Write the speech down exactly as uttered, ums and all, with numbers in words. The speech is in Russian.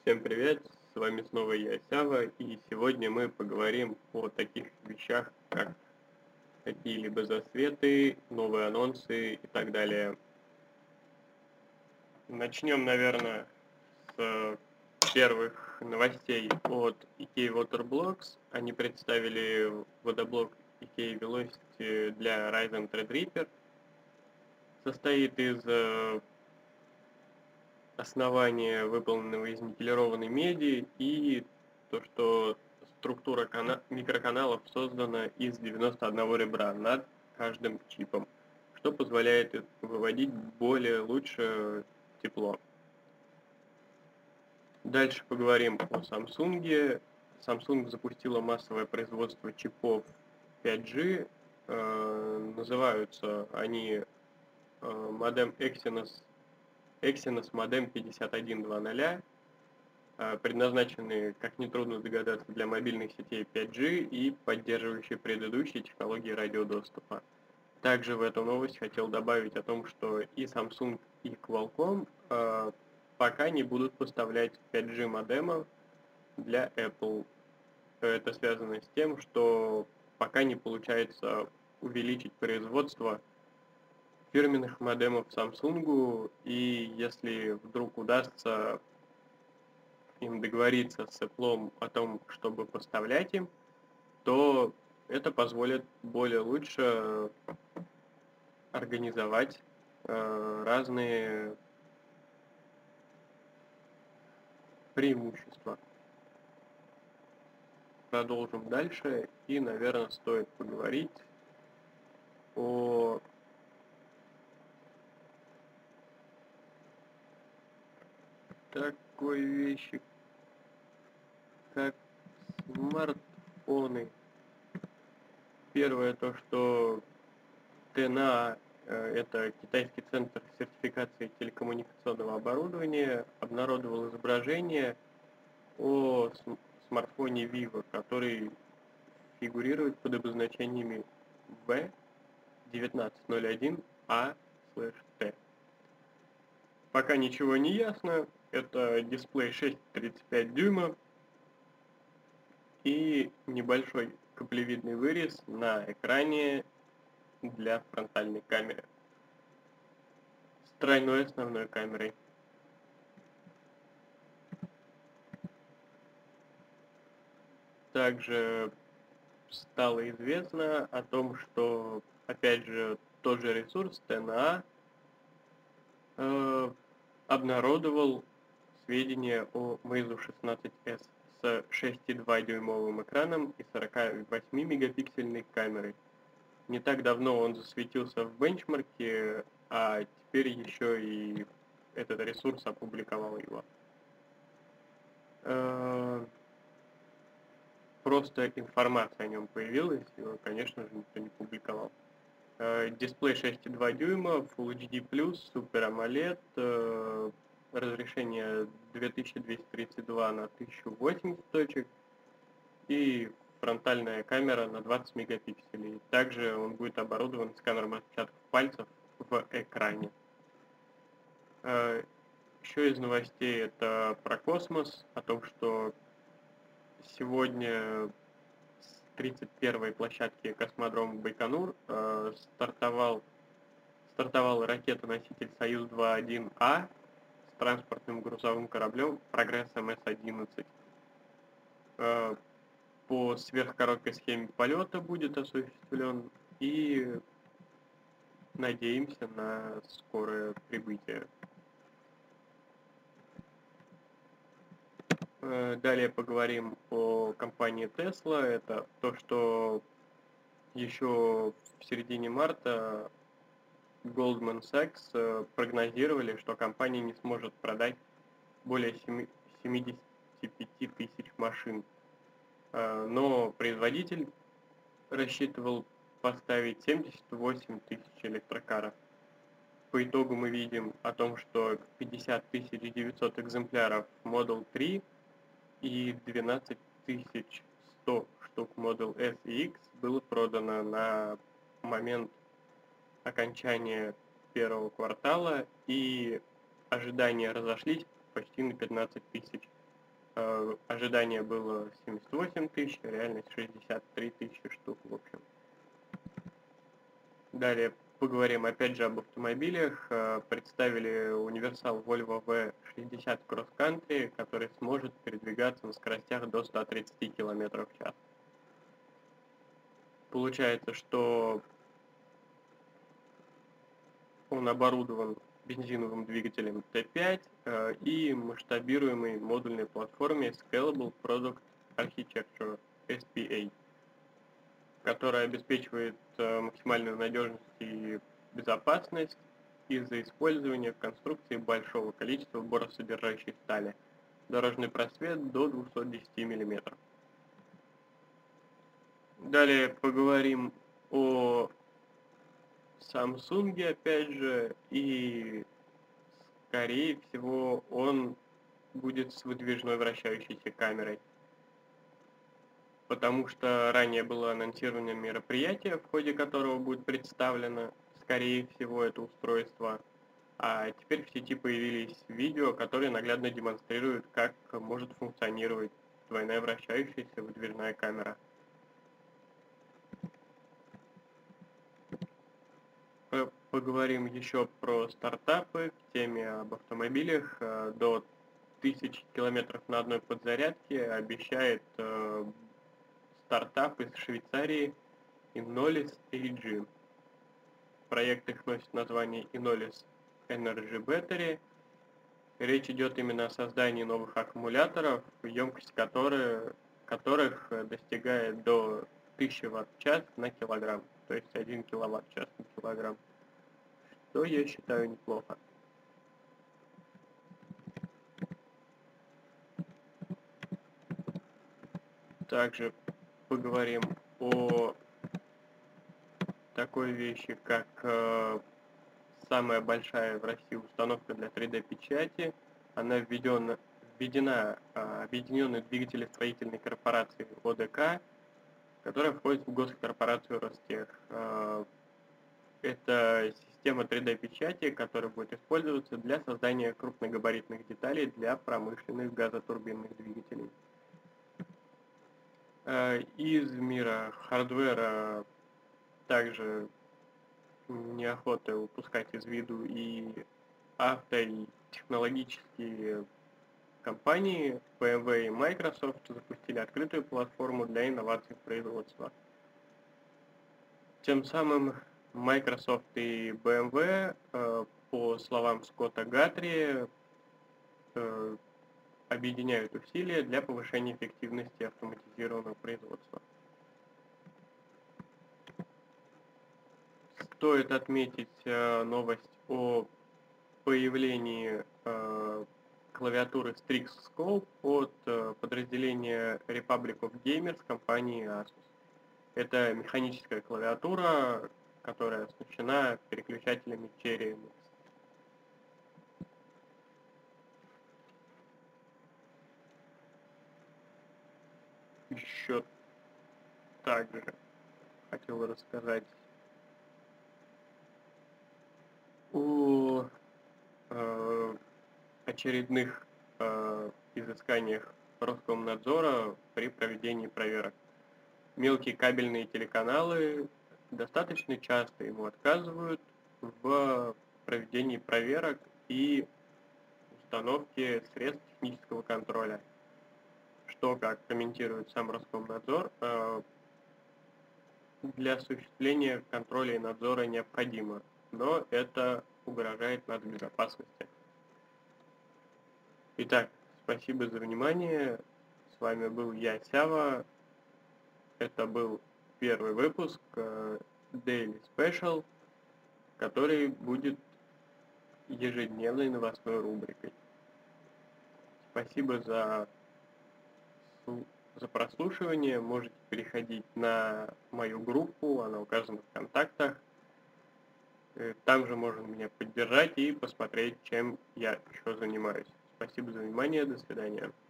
Всем привет, с вами снова я, Сява, и сегодня мы поговорим о таких вещах, как какие-либо засветы, новые анонсы и так далее. Начнем, наверное, с первых новостей от IKEA Waterblocks. Они представили водоблок IKEA Velocity для Ryzen Threadripper. Состоит из э, основания, выполненного из никелированной меди, и то, что структура микроканалов создана из девяноста одного ребра над каждым чипом, что позволяет выводить более лучше тепло. Дальше поговорим о Samsung. Samsung запустила массовое производство чипов пять джи. Э, называются они э, модем Exynos, Exynos модем пятьдесят один двадцать, предназначенные, как нетрудно догадаться, для мобильных сетей пять джи и поддерживающие предыдущие технологии радиодоступа. Также в эту новость хотел добавить о том, что и Samsung, и Qualcomm э, пока не будут поставлять пять джи модемов для Apple. Это связано с тем, что пока не получается увеличить производство фирменных модемов Samsung, и если вдруг удастся им договориться с Apple о том, чтобы поставлять им, то это позволит более лучше организовать э, разные преимущества. Продолжим дальше, и, наверное, стоит поговорить о такой вещи, как смартфоны. Первое то, что тэ эн а, это китайский центр сертификации телекоммуникационного оборудования, обнародовал изображение о смартфоне Vivo, который фигурирует под обозначениями ви девятнадцать ноль один а тэ. Пока ничего не ясно, это дисплей шесть целых тридцать пять дюйма и небольшой каплевидный вырез на экране для фронтальной камеры с тройной основной камерой. Также стало известно о том, что, опять же, тот же ресурс тэ эн а э, обнародовал сведения о Meizu шестнадцать эс с шесть целых два дюймовым экраном и сорок восемь мегапиксельной камерой. Не так давно он засветился в бенчмарке, а теперь еще и этот ресурс опубликовал его. Э, Просто информация о нем появилась, его, конечно же, никто не публиковал. Дисплей шесть целых два дюйма, Full эйч ди плюс, Super AMOLED, э, разрешение две тысячи двести тридцать два на тысячу восемьдесят точек и фронтальная камера на двадцать мегапикселей. Также он будет оборудован сканером отпечатков пальцев в экране. Э, еще из новостей это про космос, о том, что сегодня с тридцать первой площадки космодрома Байконур э, стартовал стартовала ракета-носитель Союз два один а с транспортным грузовым кораблем Прогресс эм эс одиннадцать. Э, по сверхкороткой схеме полета будет осуществлен, и надеемся на скорое прибытие. Э, далее поговорим о компании Tesla. Это то, что еще в середине марта Goldman Sachs прогнозировали, что компания не сможет продать более семидесяти пяти тысяч машин. Но производитель рассчитывал поставить семьдесят восемь тысяч электрокаров. По итогу мы видим о том, что пятьдесят тысяч девятьсот экземпляров Model три и двенадцать тысяч сто штук Model S и X было продано на момент окончания первого квартала, и ожидания разошлись почти на пятнадцать тысяч. Э, ожидание было семьдесят восемь тысяч, а реальность шестьдесят три тысячи штук, в общем. Далее поговорим опять же об автомобилях. Э, представили универсал Volvo ви шестьдесят Cross Country, который сможет передвигаться на скоростях до ста тридцати километров в час. Получается, что он оборудован бензиновым двигателем Т пять э, и масштабируемой модульной платформе Scalable Product Architecture эс пи эй, которая обеспечивает э, максимальную надежность и безопасность из-за использования в конструкции большого количества боросодержащей стали. Дорожный просвет до двухсот десяти миллиметров. Далее поговорим о Samsung, опять же, и скорее всего он будет с выдвижной вращающейся камерой, потому что ранее было анонсировано мероприятие, в ходе которого будет представлено, скорее всего, это устройство, а теперь в сети появились видео, которые наглядно демонстрируют, как может функционировать двойная вращающаяся выдвижная камера. Поговорим еще про стартапы в теме об автомобилях. До тысячи километров на одной подзарядке обещает э, стартап из Швейцарии Inolis эй джи. Проект их носит название Inolis Energy Battery. Речь идет именно о создании новых аккумуляторов, емкость которых, которых достигает до тысячи ватт-час на килограмм, то есть один киловатт-час на килограмм, что я считаю неплохо. Также поговорим о такой вещи, как э, самая большая в России установка для три дэ печати. Она введена, введена э, Объединенной двигателестроительной корпорацией о дэ ка, которая входит в госкорпорацию Ростех. Э, это система три дэ печати, которая будет использоваться для создания крупногабаритных деталей для промышленных газотурбинных двигателей. Из мира хардвера также неохота упускать из виду и авто- и технологические компании. бэ эм вэ и Microsoft запустили открытую платформу для инноваций в производстве. Тем самым Microsoft и бэ эм вэ, по словам Скотта Гатри, объединяют усилия для повышения эффективности автоматизированного производства. Стоит отметить новость о появлении клавиатуры Strix Scope от подразделения Republic of Gamers компании Asus. Это механическая клавиатура, которая оснащена переключателями Cherry эм икс. Еще также хотел рассказать о э, очередных э, изысканиях Роскомнадзора при проведении проверок. Мелкие кабельные телеканалы достаточно часто ему отказывают в проведении проверок и установке средств технического контроля, что, как комментирует сам Роскомнадзор, для осуществления контроля и надзора необходимо, но это угрожает нашей безопасности. Итак, спасибо за внимание. С вами был я, Сява. Это был первый выпуск Daily Special, который будет ежедневной новостной рубрикой. Спасибо за, за прослушивание. Можете переходить на мою группу, она указана в контактах. Там же можно меня поддержать и посмотреть, чем я еще занимаюсь. Спасибо за внимание, до свидания.